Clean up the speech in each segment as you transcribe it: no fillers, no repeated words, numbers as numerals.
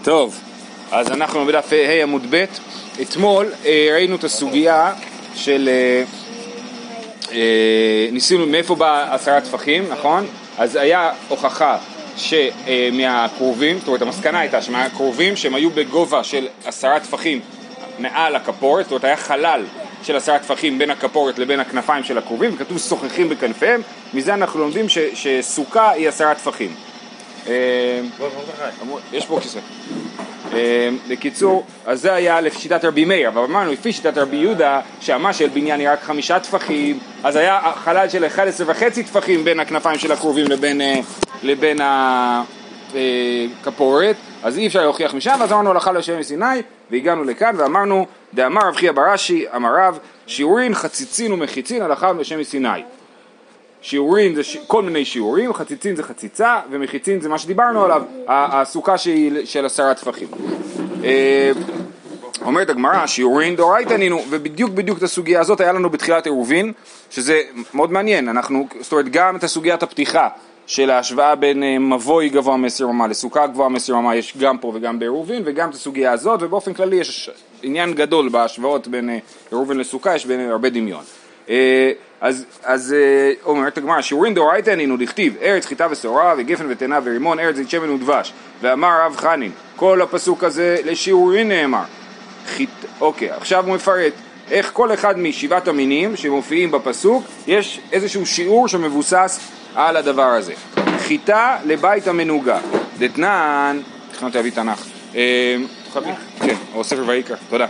טוב, אז אנחנו בדף ה' עמוד ב'. אתמול ראינו את הסוגיה של ניסינו מאיפה בא 10 טפחים, נכון? אז היה הוכחה שמהקרובים, זאת אומרת המסקנה הייתה שמהקרובים שהם היו בגובה של 10 טפחים מעל הכפורת, זאת אומרת היה חלל של 10 טפחים בין הכפורת לבין הכנפיים של הקרובים, וכתוב שוחחים בכנפיהם. מזה אנחנו לומדים שסוכה היא 10 טפחים. יש פה כיסא. בקיצור, אז זה היה לשיטת רבי מאיר, אבל אמרנו לפי שיטת רבי יהודה שהמה של בניין היא רק 5 טפחים, אז היה חלל של 11.5 טפחים בין הכנפיים של הקרובים לבין הכפורת, אז אי אפשר להוכיח משם. אז אמרנו הלכה לשם מסיני, והגענו לכאן ואמרנו דאמר רב חייא ברש"י אמר רב שיעורין חציצין ומחיצין הלכה לשם מסיני. שיעורין זה כל מיני שיעורים, חציצין זה חציצה ומחיצין זה מה שדיברנו עליו, הסוכה של 10 טפחים. אומרת הגמרא שיעורין דאורייתא נינו, ובדיוק את הסוגיה הזאת היה לנו בתחילת עירובין, שזה מאוד מעניין. אנחנו, זאת אומרת, גם את הסוגיית הפתיחה של ההשוואה בין מבוי גבוה מ20 אמה לסוכה גבוהה מ20 אמה יש גם פה וגם בעירובין, וגם את הסוגיה הזאת, ובאופן כללי יש עניין גדול בהשוואות בין עירובין לסוכה, יש בין הרבה דמיון. אז אומרת הגמרא שיעורין דאורייתא נינו דכתיב ארץ חיטה ושעורה וגפן ותאנה ורימון ארץ זית שמן ודבש, ואמר רב חנין כל הפסוק הזה לשיעורין נאמר. אוקיי, עכשיו הוא מפרט איך כל אחד משבעת המינים שמופיעים בפסוק יש איזשהו שיעור שמבוסס על הדבר הזה. חיטה לבית המנוגה דתנן, תכנתי להביא תנ"ך, כן, או ספר ויקרא, תודה.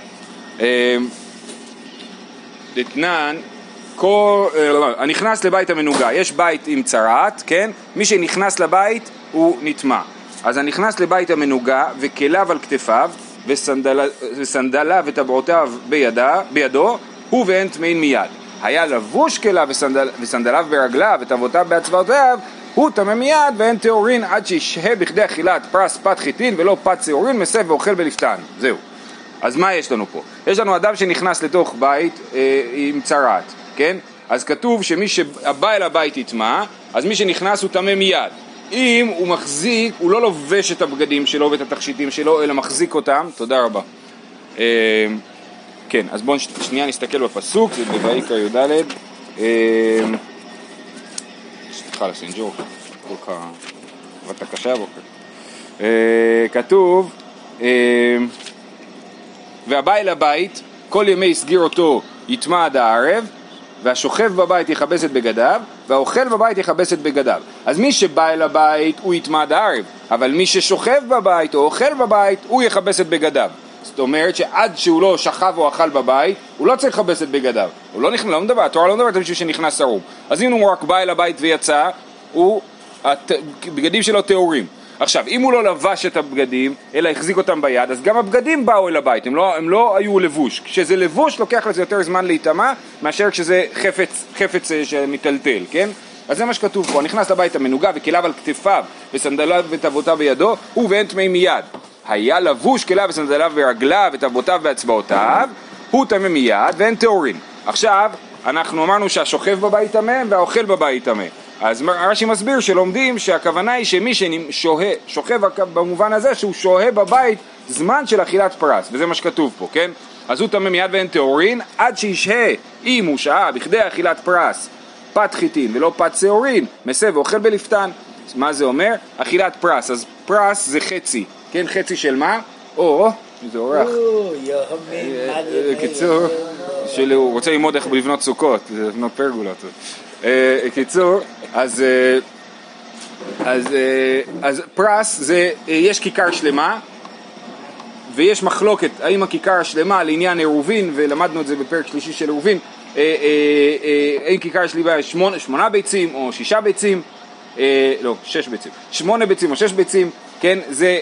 דתנן הנכנס לבית המנוגה, יש בית עם צרעת, כן? מי שנכנס לבית הוא נטמע. אז הנכנס לבית המנוגה וכליו על כתפיו וסנדליו וטבעותיו בידו, הוא ואין טמאים מיד. היה לבוש כליו וסנדליו ברגליו וטבעותיו באצבעותיו, הוא טמא מיד ואין טהורין עד שישהה בכדי אכילת פרס פת חיטין ולא פת שעורין מסב ואוכל בלפתן. זהו. אז מה יש לנו פה? יש לנו אדם שנכנס לתוך בית עם צרעת, כן? אז כתוב שמי שבא אל הבית יטמא, אז מי שנכנס הוא טמא מיד. אם הוא מחזיק, הוא לא לובש את הבגדים שלו ואת התכשיטים שלו, אלא מחזיק אותם. תודה רבה. כן, אז בואו שנייה נסתכל בפסוק, זה בויקרא י"ד. סליחה לסנג'ור, כל כך עבדת קשה בוקר. כתוב והבא אל הבית כל ימי הסגיר אותו יטמא עד הערב, והשוכב בבית יכבס את בגדיו, והאוכל בבית יכבס את בגדיו. אז מי שבא אל הבית הוא יטמא עד הערב, אבל מי ששוכב בבית או אוכל בבית הוא יכבס את בגדיו. זאת אומרת שעד שהוא לא שכב או אכל בבית הוא לא צריך לכבס את בגדיו. הוא לא נכנס, לא מדבר, התורה לא מדברת על מישהו שנכנס ערום. אז אם הוא רק בא אל הבית ויצא, הבגדים שלו טהורים. עכשיו, אם הוא לא לבש את הבגדים, אלא החזיק אותם ביד, אז גם הבגדים באו אל הבית, הם לא היו לבוש. כשזה לבוש, לוקח לזה יותר זמן להיטמע, מאשר כשזה חפץ שמטלטל, כן? אז זה מה שכתוב פה, נכנס לבית המנוגה וכליו על כתפיו וסנדליו וטבעותיו בידו, הוא ואין טמאים מיד. היה לבוש כליו וסנדליו ברגליו וטבעותיו באצבעותיו, הוא טמא מיד ואין טהורין. עכשיו, אנחנו אמרנו שהשוכב בבית טמא והאוכל בבית טמא. אז רש"י מסביר שלומדים שהכוונה היא שמי שוכב במובן הזה שהוא שוהה בבית זמן של אכילת פרס, וזה מה שכתוב פה, כן? אז הוא טמא מיד ואין טהורין עד שישהה, אם הוא שהה בכדי אכילת פרס פת חיטין ולא פת שעורין מסב ואוכל בלפתן. מה זה אומר? אכילת פרס, אז פרס זה חצי, כן? חצי של מה? איזה אורח. קיצור, הוא רוצה ללמוד איך לבנות סוכות, לבנות פרגולות. קיצור, אז פרס זה, יש כיכר שלמה ויש מחלוקת האם הכיכר השלמה לעניין עירובין, ולמדנו את זה בפרק שלישי של עירובין, האם כיכר שלמה 8 ביצים או 6 ביצים, לא, 6 ביצים, 8 ביצים או 6 ביצים, כן,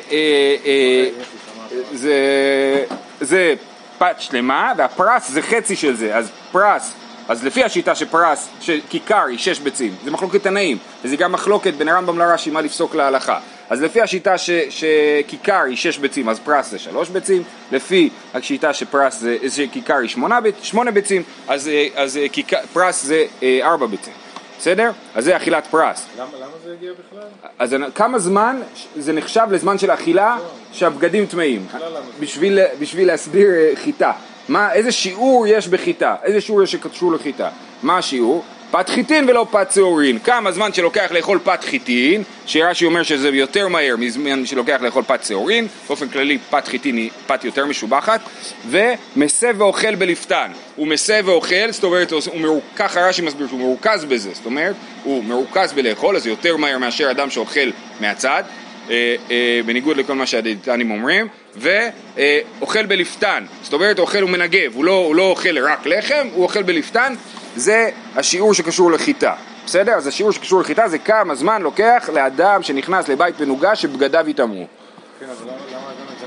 זה פת שלמה, והפרס זה חצי של זה. אז פרס, אז לפי השיטה שפרס, שכיכר היא 6 ביצים, זה מחלוקת תנאים, וזה גם מחלוקת בין הרמב"ם לרש"י מה לפסוק להלכה. אז לפי השיטה שכיכר היא 6 ביצים, אז פרס זה 3 ביצים, לפי השיטה שכיכר היא 8 ביצים, אז פרס זה 4 ביצים. בסדר? אז זה אכילת פרס. למה זה הגיע בכלל? אז כמה זמן זה נחשב לזמן של אכילה שהבגדים טמאים? בשביל להסביר חיטה. איזה שיעור יש בחיטה? איזה שיעור יש שקשור לחיטה? מה השיעור? פת חיטין ולא פת שעורין. כמה זמן שלוקח לאכול פת חיטין, שרש"י אומר שזה יותר מהר מזמן שלוקח לאכול פת שעורין, באופן כללי פת חיטין היא פת יותר משובחת, ומסב ואוכל בלפתן. הוא מסב ואוכל, זאת אומרת, ככה רש"י מסביר שהוא מרוכז בזה, זאת אומרת, הוא מרוכז בלאכול, אז זה יותר מהר מאשר אדם שאוכל מהצד, בניגוד לכל מה שהדיאטנים אומרים, ואוכל בלפתן, זאת אומרת, אוכל ומנגב, הוא לא אוכל רק לחם, הוא אוכל בלפתן, זה השיעור שקשור לחיטה, בסדר? אז השיעור שקשור לחיטה זה כמה זמן לוקח לאדם שנכנס לבית בנוגה שבגדיו יטמאו. כן, אבל למה זה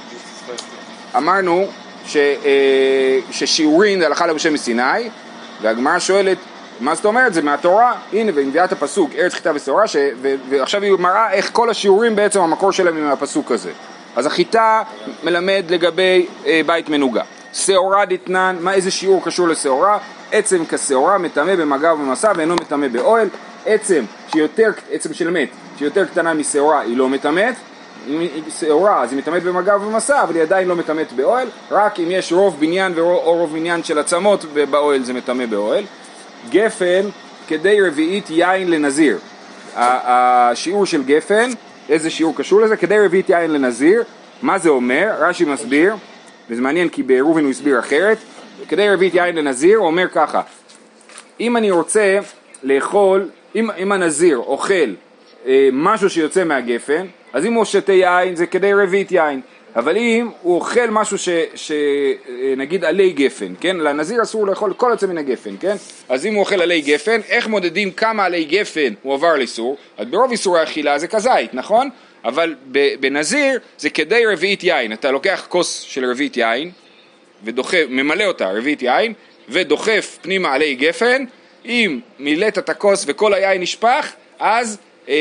לא? אמרנו ששיעורין זה הלכה למשה מסיני, והגמרא שואלת, מה זאת אומרת? זה מהתורה, הנה, והנביאת הפסוק, ארץ חיטה ושעורה, ועכשיו היא מראה איך כל השיעורים בעצם המקור שלהם עם הפסוק הזה. אז החיטה מלמד לגבי בית מנוגה. שעורה דתנן, איזה שיעור קשור לשעורה? עצם כשעורה מטמא במגע ובמסע ואינו מטמא באוהל. עצם של מת, שיותר קטנה משעורה היא לא מטמאת, שעורה אז היא מטמאת במגע ובמסע, אבל היא עדיין לא מטמאת באוהל, רק אם יש רוב בניין או רוב בניין של עצמות באוהל זה מטמא באוהל. גפן כדי רביעית יין לנזיר. השיעור של גפן, איזה שיעור קשור לזה? כדי רביעית יין לנזיר. מה זה אומר? רש"י מסביר, וזה מעניין כי בעירובין הוא הסביר אחרת. כדי רביעית יין לנזיר הוא אומר ככה, אם אני רוצה לאכול, אם הנזיר אוכל משהו שיוצא מהגפן, אז אם הוא שותה יין זה כדי רביעית יין, אבל אם הוא אוכל משהו שנגיד עלי גפן, כן? לנזיר אסור לאכול כל יוצא מן הגפן, כן? אז אם הוא אוכל עלי גפן, איך מודדים כמה עלי גפן הוא עבר לאיסור? אז ברוב איסורי האכילה זה כזית, נכון? אבל בנזיר זה כדי רביעית יין, אתה לוקח כוס של רביעית יין, ממלא אותה רביעית יין, ודוחף פנימה עלי גפן, אם מילאת את הכוס וכל היין נשפך, אז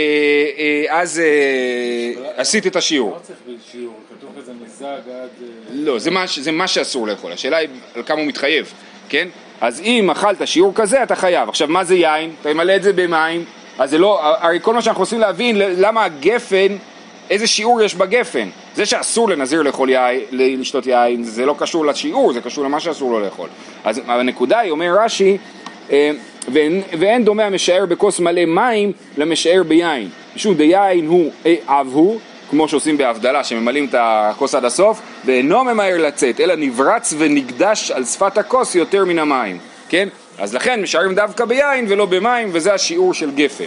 עשית את השיעור. לא צריך בשיעור, כתוב איזה מזג עד... לא, זה מה שאסור לאכול, השאלה היא על כמה הוא מתחייב, כן? אז אם אכלת שיעור כזה אתה חייב. עכשיו מה זה יין? אתה ממלא את זה במים, אז זה לא, הרי כל מה שאנחנו רוצים להבין למה הגפן, איזה שיעור יש בגפן. זה שאסור לנזיר לאכול יין, לשתות יין, זה לא קשור לשיעור, זה קשור למה שאסור לו לאכול. אז הנקודה היא, אומר רש"י, ואין דומה המשער בכוס מלא מים למשער ביין. משום דיין הוא אב הוא, כמו שעושים בהבדלה, שממלאים את הכוס עד הסוף, ואינו ממהר לצאת, אלא נברץ ונקדש על שפת הכוס יותר מן המים. כן? אז לכן משערים דווקא ביין ולא במים, וזה השיעור של גפן.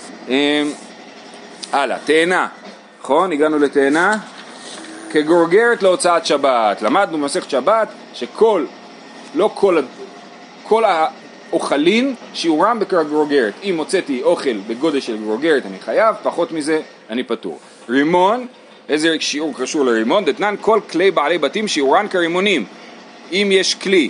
הלאה, תאנה. נכון? הגענו לתאנה. כגורגרת להוצאת שבת. למדנו במסכת שבת שכל, לא כל האוכלים שיעורם כגורגרת. אם הוצאתי אוכל בגודל של גורגרת אני חייב, פחות מזה אני פטור. רימון, איזה שיעור קשור לרימון? דתנן כל כלי בעלי בתים שיעורן כרימונים. אם יש כלי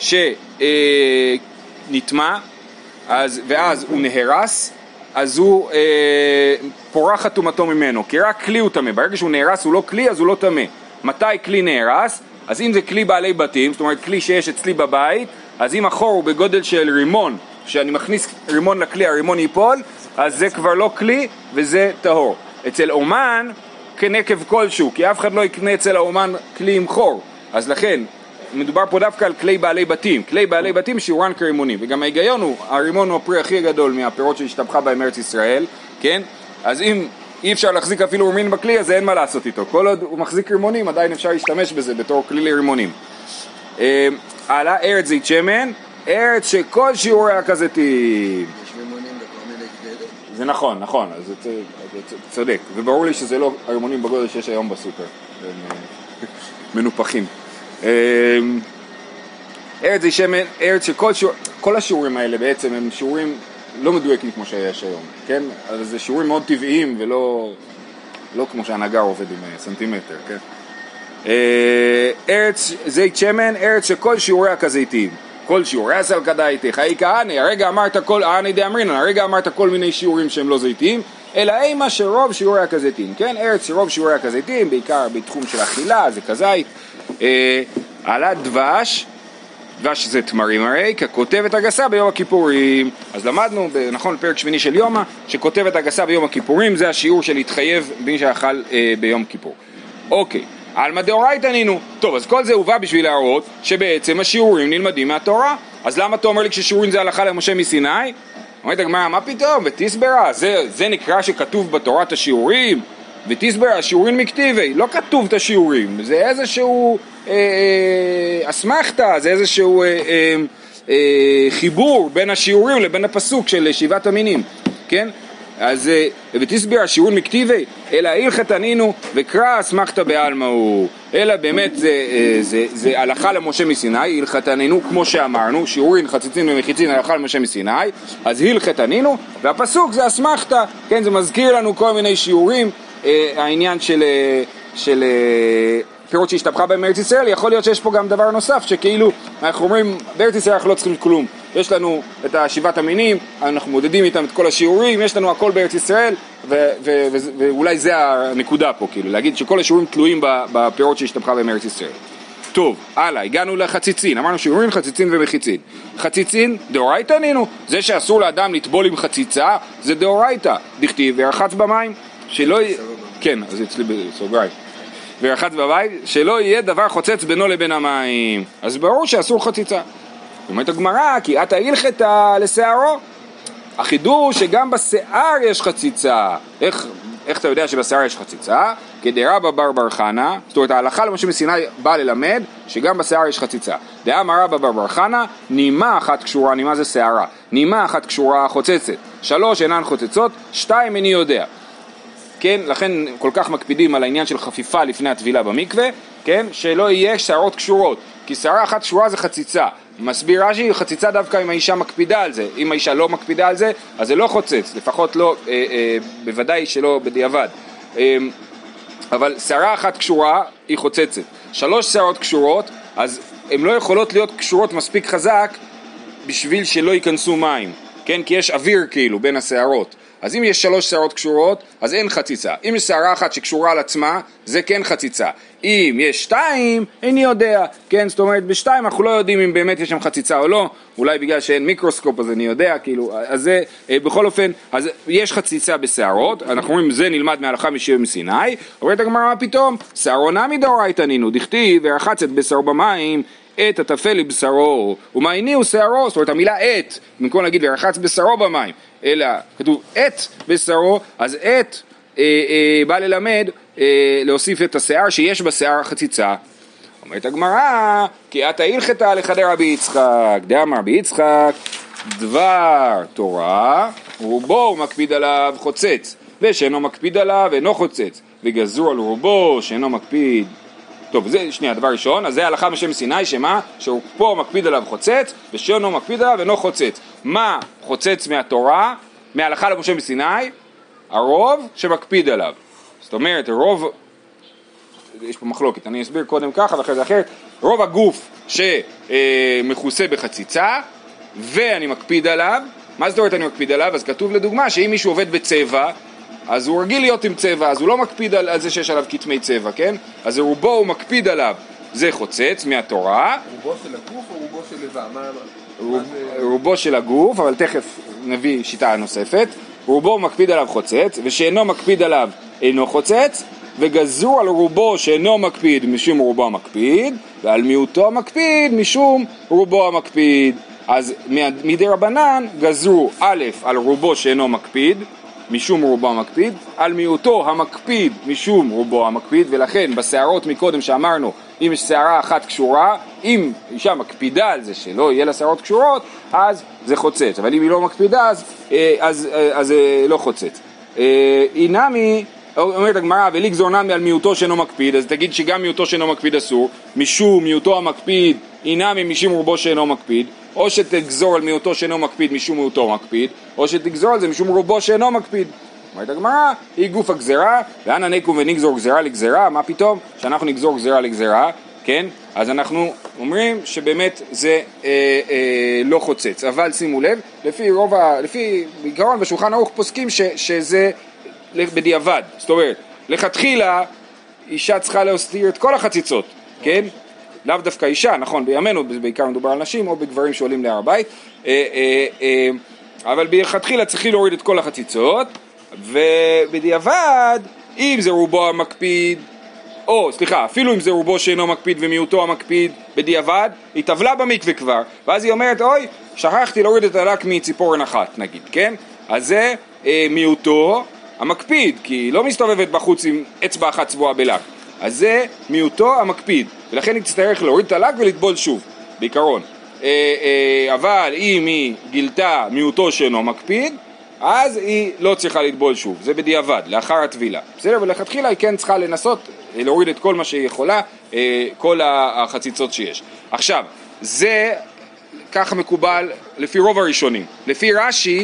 שנטמע, ואז הוא נהרס, אז הוא פורחת טומאתו ממנו, כי רק כלי הוא טמא. ברגע שהוא נהרס הוא לא כלי, אז הוא לא טמא. מתי כלי נהרס? אז אם זה כלי בעלי בתים, זאת אומרת כלי שיש אצלי בבית, אז אם החור הוא בגודל של רימון, שאני מכניס רימון לכלי, הרימון ייפול, אז זה כבר לא כלי וזה טהור. אצל אומן כנקב כלשהו, כי אף אחד לא יקנה אצל האומן כלי עם חור, אז לכן מדובר פה דווקא על כלי בעלי בתים. כלי בעלי בתים שיעורן כרימונים, וגם ההיגיון הוא, הרימון הוא הפרי הכי גדול מהפירות שהשתבחה בהם ארץ ישראל, כן? אז אם אי אפשר להחזיק אפילו רימון בכלי, אז אין מה לעשות איתו. כל עוד הוא מחזיק רימונים, עדיין אפשר להשתמש בזה בתור כלי לרימונים. הלאה, ארץ זית שמן, ארץ שכל שיעורי הכזיתים. יש רימונים בכל מיני גדלים. זה נכון, אז זה צודק. וברור לי שזה לא הרימונים בגודל שיש היום בסופר. הם מנופחים. ארץ זית שמן, ארץ שכל השיעורים האלה בעצם הם שיעורים לא מדויקים כמו שיש היום, כן? אז זה שיעורים מאוד טבעיים ולא כמו שהנגר עובד עם סנטימטר, כן? ארץ זית שמן, ארץ שכל שיעורי הכזיתים, כל שיעורי הסלקדאיתך, היי כהני, הרגע אמרת כל, הרגע אמרת כל מיני שיעורים שהם לא זיתים, אלא אימה שרוב שיעורי הכזיתים, כן? ארץ שרוב שיעורי הכזיתים, בעיקר בתחום של אכילה, זה כזית. עלה דבש, דבש זה תמרים הרי, ככותבת הגסה ביום הכיפורים. אז למדנו, נכון, פרק שמיני של יומא, שכותבת הגסה ביום הכיפורים זה השיעור של להתחייב בין שאכל ביום כיפור. אוקיי, עלמא דאורייתא נינו. טוב, אז כל זה הובא בשביל להראות שבעצם השיעורים נלמדים מהתורה. אז למה אתה אומר לי כששיעורים זה הלכה למשה מסיני? אומרת הגמרא, מה פתאום? ותסברה, זה נקרא שכתוב בתורת השיעורים? ותסברה, השיעורים מכתיבי, לא כתוב את השיעורים, זה איזשהו אסמכתא, זה איזשהו חיבור בין השיעורים לבין הפסוק של שבעת המינים, כן? אז ותסביר השיעורים מכתיבי, אלא הלכת ענינו וקרא אסמכתא בעלמא הוא, אלא באמת זה הלכה למשה מסיני, הלכת ענינו כמו שאמרנו, שיעורים חציצין ומחיצין הלכה למשה מסיני, אז הלכת ענינו, והפסוק זה אסמכתא, כן? זה מזכיר לנו כל מיני שיעורים, העניין של פירות שהשתבחה בהם ארץ ישראל. יכול להיות שיש פה גם דבר נוסף, שכאילו אנחנו אומרים בארץ ישראל אנחנו לא צריכים כלום, יש לנו את שבעת המינים, אנחנו מודדים איתם את כל השיעורים, יש לנו הכל בארץ ישראל, ואולי זה הנקודה פה, כאילו להגיד שכל השיעורים תלויים בפירות שהשתבחה בהם ארץ ישראל. טוב, הלאה, הגענו לחציצין, אמרנו שיעורים חציצין ומחיצין. חציצין, דאורייתא נינו, זה שאסור לאדם לטבול עם חציצה, זה דאורייתא, דכתיב ורחץ במים, שלא כן, אז אצלי בסוגריים. ורחץ במים, שלא יהיה דבר חוצץ בינו לבין המים. אז ברור שאסור חציצה. אומרת הגמרא, כי אתה הלכתה לשערו. החידוש שגם בשיער יש חציצה. איך אתה יודע שבשיער יש חציצה? כדרבא בר חנא, זאת אומרת ההלכה למשה מסיני באה ללמד שגם בשיער יש חציצה. דאמר רבא בר חנא, נימה אחת קשורה, נימה זה שערה, נימה אחת קשורה חוצצת, 3 אינן חוצצות, 2 איני יודע. כן, לכן כל כך מקפידים על העניין של חפיפה לפני הטבילה במקווה, כן, שלא יהיה שערות קשורות, כי שערה אחת קשורה זה חציצה. מסביר רש"י, חציצה דווקא אם האישה מקפידה על זה, אם האישה לא מקפידה על זה, אז זה לא חוצץ, לפחות לא, בוודאי שלא בדיעבד. אבל שערה אחת קשורה היא חוצצת, 3 שערות קשורות, אז הן לא יכולות להיות קשורות מספיק חזק בשביל שלא ייכנסו מים, כן, כי יש אוויר כאילו בין השערות. אז אם יש 3 שערות קשורות, אז אין חציצה. אם יש שערה אחת שקשורה על עצמה, זה כן חציצה. אם יש 2, איני יודע. כן, זאת אומרת, ב2 אנחנו לא יודעים אם באמת יש שם חציצה או לא. אולי בגלל שאין מיקרוסקופ, אז אני יודע, כאילו, אז זה, בכל אופן, אז יש חציצה בשערות, אנחנו אומרים, זה נלמד מהלכה משיעור מסיני. אומרת הגמרא, מה פתאום? שערונה מדאורייתא נינו, דכתיב ורחצת בשרו במים, את הטפל לבשרו, ומה הניעו שערו, זאת אומרת המילה את, במקום להגיד ורחץ בשרו במים, אלא כתוב את בשרו, אז את בא ללמד להוסיף את השיער שיש בשיער חציצה. אומרת הגמרא, כי אתה הלכתה לחדר רבי יצחק, דאמר רבי יצחק, דבר תורה, רובו הוא מקפיד עליו חוצץ, ושאינו מקפיד עליו אינו חוצץ, וגזור על רובו שאינו מקפיד. טוב, זה שנייה, דבר ראשון, אז זה הלכה משם סיני, שמה? שהוא פה מקפיד עליו חוצץ, ושאינו מקפיד עליו אינו חוצץ. מה חוצץ מהתורה? מההלכה למשה מסיני? הרוב שמקפיד עליו. זאת אומרת, רוב, יש פה מחלוקת, אני אסביר קודם ככה ואחרי זה אחרת, רוב הגוף שמכוסה בחציצה, ואני מקפיד עליו, מה זאת אומרת אני מקפיד עליו? אז כתוב לדוגמה שאם מישהו עובד בצבע, אז הוא רגיל להיות עם צבע, אז הוא לא מקפיד על זה שיש עליו כתמי צבע, כן? אז רובו הוא מקפיד עליו, זה חוצץ מהתורה. רובו של הגוף או רובו של לבא? רובו של הגוף, אבל תכף נביא שיטה נוספת. רובו מקפיד עליו חוצץ, ושאינו מקפיד עליו אינו חוצץ, וגזור על רובו שאינו מקפיד משום רובו המקפיד, ועל מיעוטו המקפיד משום רובו המקפיד. אז מדי רבנן גזרו א' על רובו שאינו מקפיד, משום רובו המקפיד, על מיעוטו המקפיד משום רובו המקפיד, ולכן בשערות מקודם שאמרנו, אם יש שערה אחת קשורה, אם אישה מקפידה על זה שלא יהיה לה שערות קשורות, אז זה חוצץ, אבל אם היא לא מקפידה, אז לא חוצץ. אינמי, אומרת הגמרא, ולגזור נמי על מיעוטו שאינו מקפיד, אז תגיד שגם מיעוטו שאינו מקפיד אסור, משום מיעוטו המקפיד, אינמי משום רובו שאינו מקפיד, או שתגזור על מיעוטו שאינו מקפיד משום מיעוטו מקפיד, או שתגזור על זה משום רובו שאינו מקפיד. אומרת הגמרא, היא גוף הגזרה, ואנה נקום ונגזור גזרה לגזרה, מה פתאום? שאנחנו נגזור גזרה לגזרה, כן? אז אנחנו אומרים שבאמת זה לא חוצץ, אבל שימו לב, לפי בעיקרון בשולחן ערוך פוסקים שזה בדיעבד, זאת אומרת, לכתחילה אישה צריכה להסתיר את כל החציצות, כן? לאו דווקא אישה, נכון, בימינו בעיקר מדובר על נשים או בגברים שעולים להר הבית, אבל בהתחלה צריכים להוריד את כל החציצות, ובדיעבד, אם זה רובו המקפיד, או סליחה, אפילו אם זה רובו שאינו מקפיד ומיעוטו המקפיד, בדיעבד, היא טבלה במקווה כבר, ואז היא אומרת, אוי, שכחתי להוריד את הלק מציפורן אחת, נגיד, כן? אז זה מיעוטו המקפיד, כי היא לא מסתובבת בחוץ עם אצבע אחת צבועה בלק, אז זה מיעוטו המקפיד, ולכן היא תצטרך להוריד את הלק ולטבול שוב, בעיקרון. אבל אם היא גילתה מיעוטו שאינו מקפיד, אז היא לא צריכה לטבול שוב, זה בדיעבד, לאחר הטבילה. בסדר, ולכתחילה היא כן צריכה לנסות להוריד את כל מה שהיא יכולה, כל החציצות שיש. עכשיו, זה ככה מקובל לפי רוב הראשונים. לפי רש"י,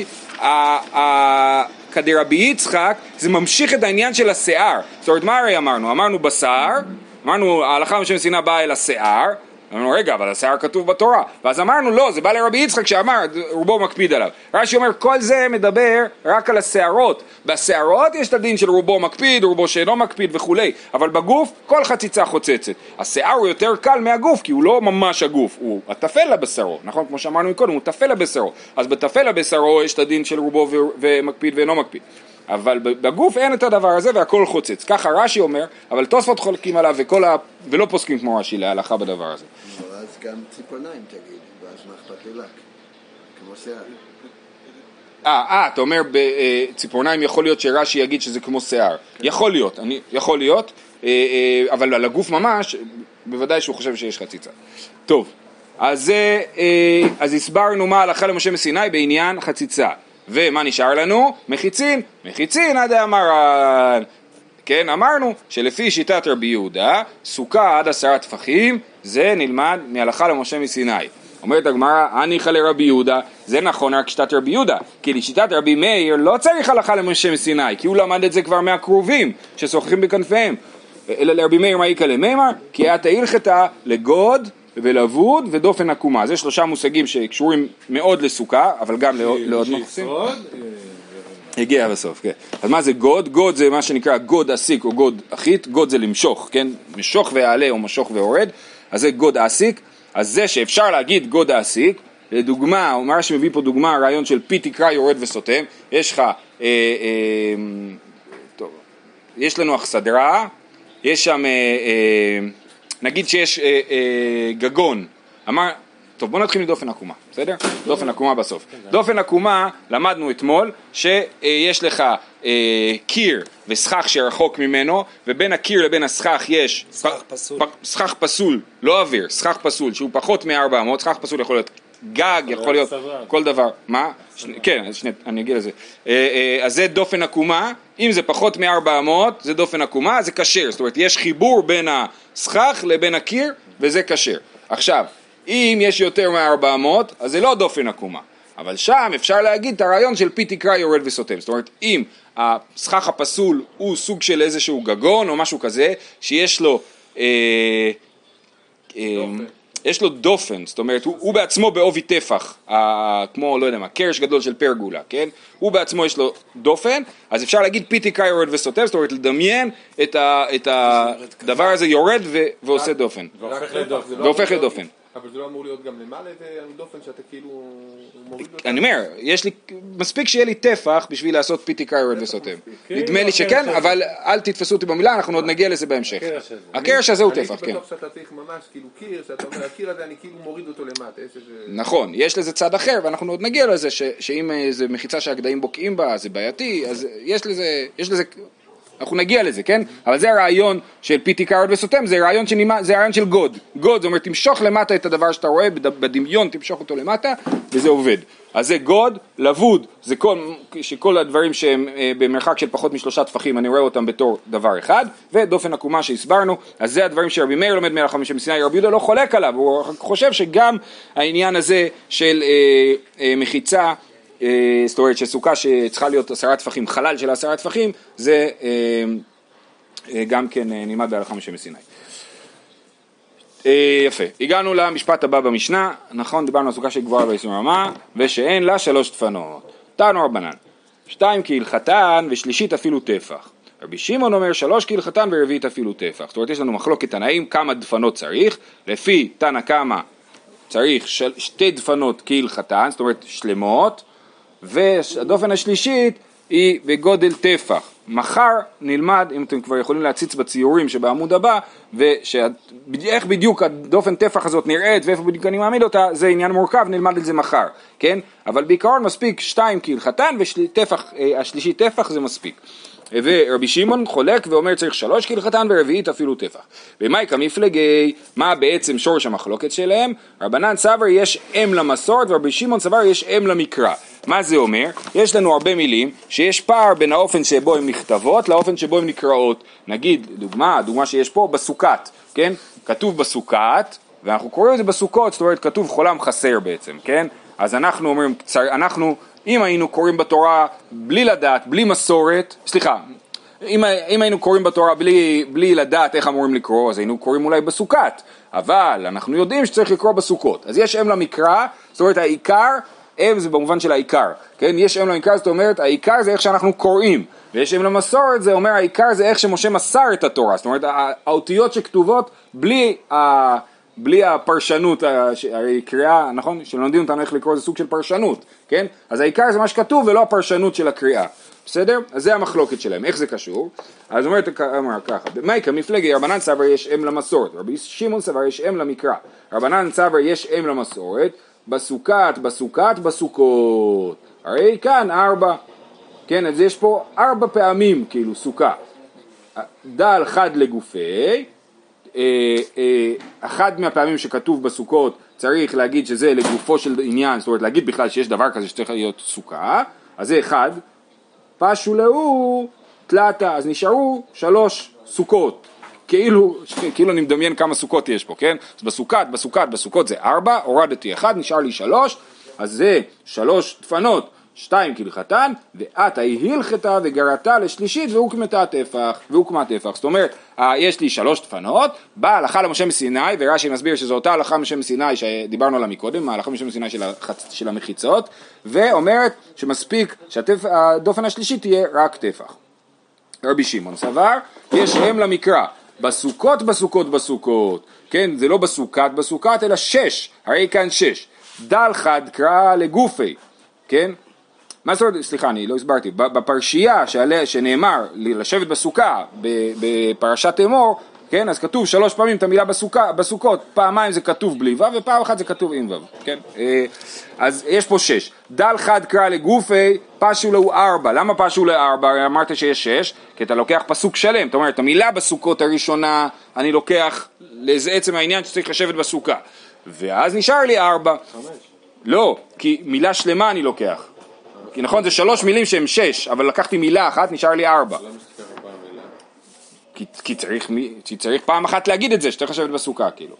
כדרבי יצחק, זה ממשיך את העניין של השיער. זאת אומרת, מה הרי אמרנו? אמרנו בשר, אמרנו ההלכה בשם סיני באה אל השיער, אמרנו רגע, אבל השיער כתוב בתורה, ואז אמרנו לא, זה בא לרבי יצחק שאמר, רובו מקפיד עליו. רש"י אומר, כל זה מדבר רק על השערות. בשערות יש את הדין של רובו מקפיד, רובו שאינו מקפיד וכולי, אבל בגוף כל חציצה חוצצת. השיער הוא יותר קל מהגוף, כי הוא לא ממש הגוף, הוא הטפל לבשרו, נכון? כמו שאמרנו מקודם, הוא טפל לבשרו. אז בטפל לבשרו יש את הדין של רובו ומקפיד ואינו מקפיד. אבל בגוף אין את הדבר הזה והכל חוצץ. ככה רש"י אומר, אבל תוספות חולקים עליו ולא פוסקים כמו רש"י להלכה בדבר הזה. אז גם ציפורניים תגיד, ואז מה אכפת לי לק? כמו שיער. אתה אומר בציפורניים יכול להיות שרש"י יגיד שזה כמו שיער. יכול להיות, אבל על הגוף ממש, בוודאי שהוא חושב שיש חציצה. טוב, אז הסברנו מה ההלכה למשה מסיני בעניין חציצה. ומה נשאר לנו? מחיצין עד המרן. כן, אמרנו שלפי שיטת רבי יהודה, סוכה עד 10 טפחים, זה נלמד מהלכה למשה מסיני. אומרת הגמרא, הניחא לרבי יהודה, זה נכון רק שיטת רבי יהודה, כי לשיטת רבי מאיר לא צריך הלכה למשה מסיני, כי הוא למד את זה כבר מהקרובים ששוחחים בכנפיהם. אלא לרבי מאיר מה יקלה מימר? כי היה הלכתה לגוד ולבוד ודופן עקומה. זה 3 מושגים שקשורים מאוד לסוכה, אבל גם לעוד נושאים. הגיע בסוף, כן. אז מה זה גוד? גוד זה מה שנקרא גוד אסיק או גוד אחית. גוד זה למשוך, כן? משוך ועלה או משוך והורד. אז זה גוד אסיק. אז זה שאפשר להגיד גוד אסיק, לדוגמה, הוא אומר שמביא פה דוגמה, הרעיון של פי תקרא יורד וסותם. יש לך, טוב, יש לנו אכסדרה, יש שם, נגיד שיש גגון, אמר, טוב בוא נתחיל מדופן עקומה, בסדר? דופן עקומה בסוף. דופן עקומה, למדנו אתמול, שיש לך קיר וסכך שרחוק ממנו, ובין הקיר לבין הסכך יש סכך פסול, לא אוויר, סכך פסול, שהוא פחות מ-400, סכך פסול יכול להיות גג, יכול להיות כל דבר. מה? כן, אני אגיד לזה. אז זה דופן עקומה, אם זה פחות מ-400, זה דופן עקומה, זה כשר, זאת אומרת, יש חיבור בין הסכך לבין הקיר, וזה כשר. עכשיו, אם יש יותר מ-400, אז זה לא דופן עקומה. אבל שם אפשר להגיד את הרעיון של פי תקרא יורד וסותם. זאת אומרת, אם הסכך הפסול הוא סוג של איזשהו גגון או משהו כזה, שיש לו יש לו דופן, זאת אומרת, הוא בעצמו בעובי טפח, כמו, לא יודע מה, קרש גדול של פרגולה, כן? הוא בעצמו יש לו דופן, אז אפשר להגיד פי תקרא יורד וסותם, זאת אומרת, לדמיין את הדבר הזה יורד ועושה דופן. והופך לדופן. אבל זה לא אמור להיות גם למעלה דופן שאתה כאילו מוריד אותה? אני אומר, יש לי, מספיק שיהיה לי טפח בשביל לעשות פי תקרא יורד וסותם. נדמה לי שכן, אבל אל תתפסו אותי במילה, אנחנו עוד נגיע לזה בהמשך. הקרש הזה הוא טפח, כן. אני בטוח שאתה צריך ממש כאילו קיר, שאתה אומר, הקיר הזה אני כאילו מוריד אותו למטה. נכון, יש לזה צד אחר, ואנחנו עוד נגיע לזה, שאם זה מחיצה שהגדיים בוקעים בה, זה בעייתי, אז יש לזה, אנחנו נגיע לזה, כן? אבל זה הרעיון של פי תקרא יורד וסותם, זה רעיון של גוד. גוד, זאת אומרת, תמשוך למטה את הדבר שאתה רואה, בדמיון תמשוך אותו למטה, וזה עובד. אז זה גוד, לבוד, זה שכל הדברים שהם במרחק של פחות מ3 טפחים, אני רואה אותם בתור דבר אחד, ודופן עקומה שהסברנו, אז זה הדברים שרבי מאיר לומד מהלכה למשה מסיני, רבי יהודה לא חולק עליו, הוא חושב שגם העניין הזה של מחיצה, זאת אומרת שסוכה שצריכה להיות 10 טפחים, חלל של 10 טפחים, זה גם כן נלמד בהלכה למשה מסיני. יפה, הגענו למשפט הבא במשנה, נכון, דיברנו על סוכה שגבוהה באיסור רמה, ושאין לה 3 דפנות. תנו רבנן, 2 כהלכתן ושלישית אפילו טפח. רבי שמעון אומר 3 כהלכתן ורביעית אפילו טפח. זאת אומרת, יש לנו מחלוקת תנאים כמה דפנות צריך, לפי תנא קמא צריך 2 דפנות כהלכתן, זאת אומרת שלמות, והדופן השלישית היא בגודל טפח. מחר נלמד, אם אתם כבר יכולים להציץ בציורים שבעמוד הבא, ואיך בדיוק הדופן טפח הזאת נראית ואיפה בדיוק אני מעמיד אותה, זה עניין מורכב, נלמד את זה מחר, כן? אבל בעיקרון מספיק 2 כהלכתן והשלישי טפח זה מספיק. ורבי שמעון חולק ואומר צריך 3 כהלכתן ורביעית אפילו טפח. במאי כמפלגי, מה בעצם שורש המחלוקת שלהם? רבנן סבר יש אם למסורת ורבי שמעון סבר יש אם למקרא. מה זה אומר? יש לנו הרבה מילים שיש פער בין האופן שבו הן נכתבות לאופן שבו הן נקראות. נגיד, דוגמה שיש פה בסוכת, כן? כתוב בסוכת, ואנחנו קוראים את זה בסוכות, זאת אומרת כתוב חולם חסר בעצם, כן? אז אנחנו אומרים, אם היינו קוראים בתורה בלי לדעת, בלי מסורת, סליחה, אם היינו קוראים בתורה בלי לדעת איך אמורים לקרוא, אז היינו קוראים אולי בסוכת, אבל אנחנו יודעים שצריך לקרוא בסוכות. אז יש אם למקרא, זאת אומרת העיקר, אם זה במובן של העיקר, כן? יש אם למקרא, זאת אומרת העיקר זה איך שאנחנו קוראים, ויש אם למסורת, זה אומר העיקר זה איך שמשה מסר את התורה, זאת אומרת האותיות שכתובות בלי הפרשנות, הקריאה, נכון? שלומדים אותנו איך לקרוא, זה סוג של פרשנות, כן? אז העיקר זה מה שכתוב ולא הפרשנות של הקריאה, בסדר? אז זה המחלוקת שלהם, איך זה קשור? אז אומר ככה, במאי כמפלגי, רבנן סבר יש אם למסורת, רבי שמעון סבר יש אם למקרא, רבנן סבר יש אם למסורת, בסוכת, בסוכות, הרי כאן 4, כן? אז יש פה 4 פעמים, כאילו, סוכה, דל חד לגופי, אחד מהפעמים שכתוב בסוכות צריך להגיד שזה לגופו של עניין, זאת אומרת להגיד בכלל שיש דבר כזה שצריך להיות סוכה, אז זה 1, פשו להו תלתה, אז נשארו 3 סוכות, כאילו אני מדמיין כמה סוכות יש פה, כן? אז בסוכות זה 4, הורדתי 1, נשאר לי 3, אז זה 3 דפנות, 2 כהלכתן, ועתה היא הלכתה וגרתה לשלישית והוקמה טפח, זאת אומרת, יש לי 3 דפנות, באה הלכה למשה מסיני, ורש"י מסביר שזו אותה הלכה משה מסיני שדיברנו עליה מקודם, ההלכה משה מסיני של המחיצות, ואומרת שמספיק שהדופן השלישית תהיה רק טפח. רבי שמעון סבר, יש אם למקרא, בסוכות, כן, זה לא בסוכת, אלא 6, הרי כאן 6, דל חד קרא לגופי, כן? מה זאת אומרת, סליחה, אני לא הסברתי, בפרשייה שנאמר לשבת בסוכה בפרשת אמור, כן, אז כתוב 3 פעמים את המילה בסוכות, פעמיים זה כתוב בלי ו' ופעם אחת זה כתוב עם ו', כן? אז יש פה 6, דל חד קרא לגופי, פשו לו 4, למה פשו לו 4? אמרת שיש 6, כי אתה לוקח פסוק שלם, אתה אומר, את המילה בסוכות הראשונה, אני לוקח לעצם העניין שצריך לשבת בסוכה, ואז נשאר לי 4, לא, כי מילה שלמה אני לוקח, כי נכון, זה 3 מילים שהן 6, אבל לקחתי מילה אחת, נשאר לי 4. למה שתקרא פעם מילה? כי צריך פעם אחת להגיד את זה, שתריך לשבת בסוכה, כאילו.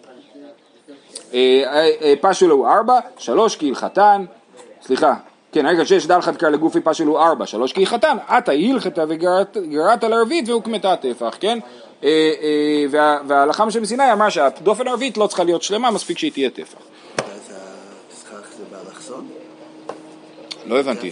פשו לו 4, 3 כהלכתן, סליחה, כן, רגע, 6 דל חד קרא לגופי פשו לו 4, 3 כהלכתן, עתה הלכתה וגרעת לרביעית והוקמתה טפח, כן? וההלכה משה מסיני אמר שהדופן הרביעית לא צריכה להיות שלמה, מספיק שהיא תהיה טפח. אז הסכך זה באלכסון? לא הבנתי.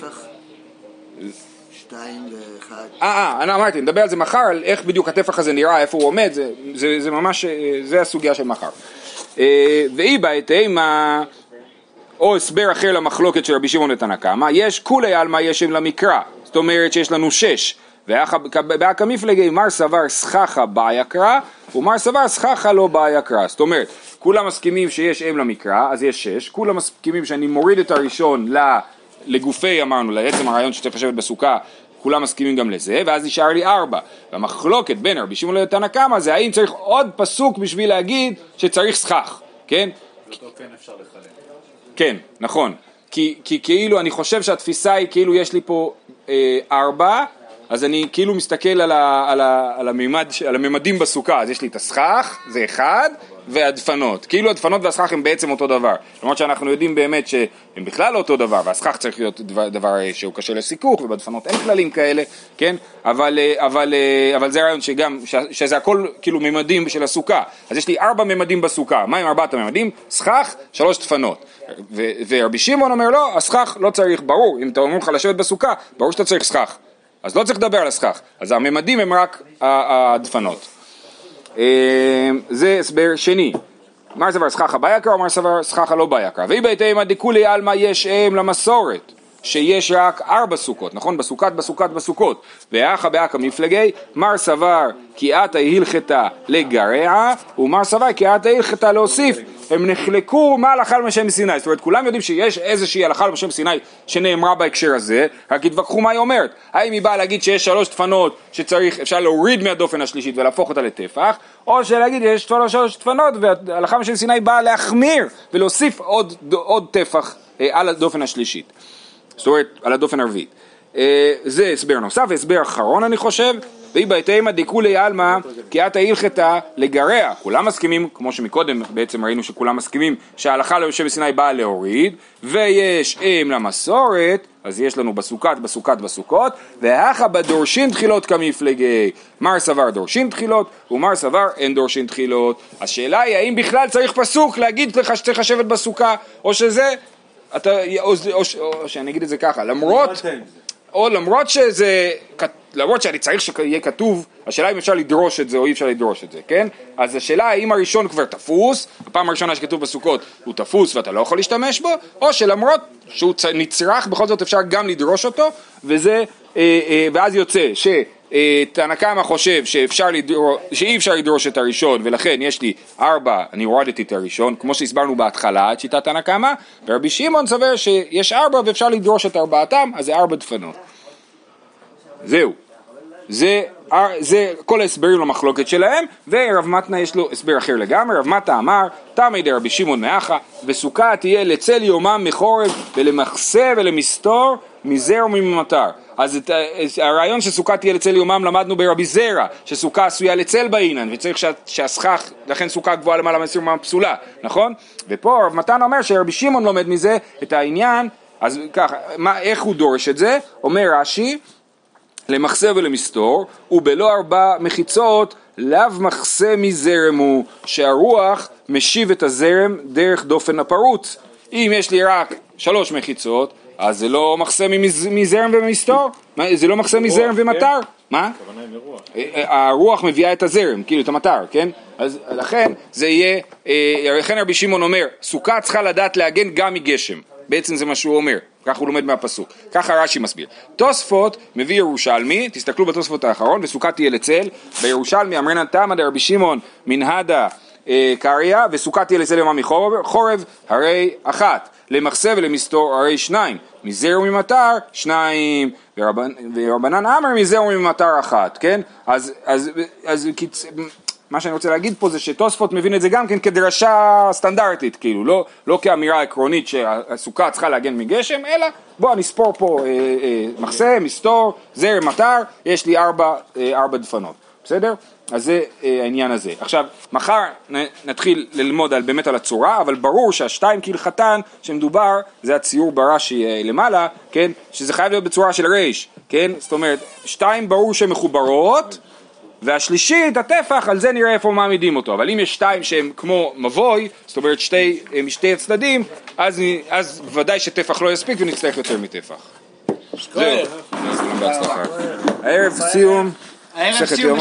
2 ו1. אני אמרתי, נדבר על זה מחר, על איך בדיוק הטפח הזה נראה, איפה הוא עומד, זה ממש, זה הסוגיה של מחר. ואי בהתאמה, או הסבר אחר למחלוקת של רבי שמעון ותנא קמא, יש כולי עלמא יש אם למקרא, זאת אומרת שיש לנו 6, והקא מפלגי מר סבר סככה בעיה קרא, ומר סבר סככה לא בעיה קרא, זאת אומרת, כולם מסכימים שיש אם למקרא, אז יש 6, כולם מסכימים שאני מוריד את הראשון לגופי, אמרנו, לעצם הרעיון שצריך לשבת בסוכה, כולם מסכימים גם לזה, ואז נשאר לי 4. והמחלוקת בין רבי שמעון לתנא קמא זה האם צריך עוד פסוק בשביל להגיד שצריך סכך, כן? אותו כן אפשר לחלק. כן, נכון. כי כאילו אני חושב שהתפיסה היא כאילו יש לי פה 4, אז אני כאילו מסתכל על הממדים בסוכה, אז יש לי את הסכך, זה 1, והדפנות. כאילו הדפנות והסכך הם בעצם אותו דבר. למרות שאנחנו יודעים באמת שהם בכלל לא אותו דבר, והסכך צריך להיות דבר שהוא קשה לסיכוך, ובדפנות אין כללים כאלה, כן? אבל זה הרעיון שזה הכל כאילו ממדים של הסוכה. אז יש לי 4 ממדים בסוכה. מה עם 4 הממדים? סכך, 3 דפנות. ורבי שמעון אומר לא, הסכך לא צריך, ברור, אם אתה אומר לך לשבת בסוכה, ברור שאתה צריך סכך. אז לא צריך לדבר על הסכך, אז הממדים הם רק הדפנות. זה הסבר שני. מר סבר סככה ביקר או מר סבר סככה לא ביקר. והיא בהתאמה דכולי עלמא יש למסורת, שיש רק 4 סוכות, נכון? בסוכות. ואחא באקא מפלגי, מר סבר כי עתה הלכתה לגרע, ומר סבר כי עתה הלכתה להוסיף. הם נחלקו מה הלכה למשה מסיני. זאת אומרת, כולם יודעים שיש איזושהי הלכה למשה מסיני שנאמרה בהקשר הזה, רק התווכחו מה היא אומרת. האם היא באה להגיד שיש 3 דפנות שצריך, אפשר להוריד מהדופן השלישית ולהפוך אותה לטפח, או שלהגיד יש 3 דפנות וההלכה למשה מסיני באה להחמיר ולהוסיף עוד טפח על הדופן השלישית. זאת אומרת, על הדופן הרביעית. זה הסבר נוסף, הסבר אחרון אני חושב, והיא בהתאמה דכולי עלמא כי עתה הלכתה לגרע. כולם מסכימים, כמו שמקודם בעצם ראינו שכולם מסכימים שההלכה למשה מסיני באה להוריד, ויש למסורת, אז יש לנו בסוכות, והאחא בדורשין תחילות כמפלגי, מר סבר דורשין תחילות, ומר סבר אין דורשין תחילות. השאלה היא האם בכלל צריך פסוק להגיד לך שצריך לשבת בסוכה, או שזה, או שאני אגיד את זה ככה, למרות שאני צריך שיהיה כתוב, השאלה אם אפשר לדרוש את זה או אי אפשר לדרוש את זה, כן? אז השאלה האם הראשון כבר תפוס, הפעם הראשונה שכתוב בסוכות הוא תפוס ואתה לא יכול להשתמש בו, או שלמרות שהוא נצרך בכל זאת אפשר גם לדרוש אותו, ואז יוצא שתנא קמא חושב שאי אפשר לדרוש את הראשון, ולכן יש לי 4, אני הורדתי את הראשון, כמו שהסברנו בהתחלה את שיטת תנא קמא, ורבי שמעון סובר שיש 4 ואפשר לדרוש את 4, אז זה 4 דפנות. זהו, זה כל ההסברים למחלוקת שלהם, ורב מתנא יש לו הסבר אחר לגמרי. רב מתנא אמר, תמי דרבי שמעון מאחה, וסוכה תהיה לצל יומם מחורב ולמחסה ולמסתור מזרע וממטר. אז הרעיון שסוכה תהיה לצל יומם למדנו ברבי זרע, שסוכה עשויה לצל בעינן, וצריך שהסכך, לכן סוכה גבוהה למעלה מ20 יומם פסולה, נכון? ופה רב מתנא אומר שרבי שמעון לומד מזה את העניין, אז ככה, איך הוא דורש את זה? אומר רש"י, למחסה ולמסתור, ובלא 4 מחיצות, לאו מחסה מזרם הוא, שהרוח משיב את הזרם דרך דופן הפרוץ. אם יש לי רק 3 מחיצות, אז זה לא מחסה מזרם ומסתור? זה לא מחסה מזרם ומטר? מה? הכוונה היא מרוח. הרוח מביאה את הזרם, כאילו את המטר, כן? אז לכן זה יהיה, לכן רבי שמעון אומר, סוכה צריכה לדעת להגן גם מגשם. בעצם זה מה שהוא אומר, כך הוא לומד מהפסוק. ככה רש"י מסביר. תוספות מביא ירושלמי, תסתכלו בתוספות האחרון, וסוכה תהיה לצל, בירושלמי אמרינן תמא דרבי שמעון מנהדה קריא, וסוכה תהיה לצל יומם מחורב, הרי 1, למחסה ולמסתור הרי 2, מזרע וממטר 2, ורבנן אמר מזרע וממטר 1, כן? אז מה שאני רוצה להגיד פה זה שתוספות מבין את זה גם כן כדרשה סטנדרטית, כאילו, לא כאמירה עקרונית שהסוכה צריכה להגן מגשם, אלא בוא נספור פה מחסה, מסתור, זרע, מטר, יש לי 4 דפנות, בסדר? אז זה העניין הזה. עכשיו, מחר נתחיל ללמוד באמת על הצורה, אבל ברור שהשתיים כהלכתן שמדובר, זה הציור ברש"י למעלה, כן? שזה חייב להיות בצורה של רייש, כן? זאת אומרת, 2 ברור שהן מחוברות, והשלישית, הטפח, על זה נראה איפה מעמידים אותו. אבל אם יש 2 שהם כמו מבוי, זאת אומרת משתי הצדדים, אז ודאי שטפח לא יספיק ונצטרך יותר מטפח. זהו. הערב סיום.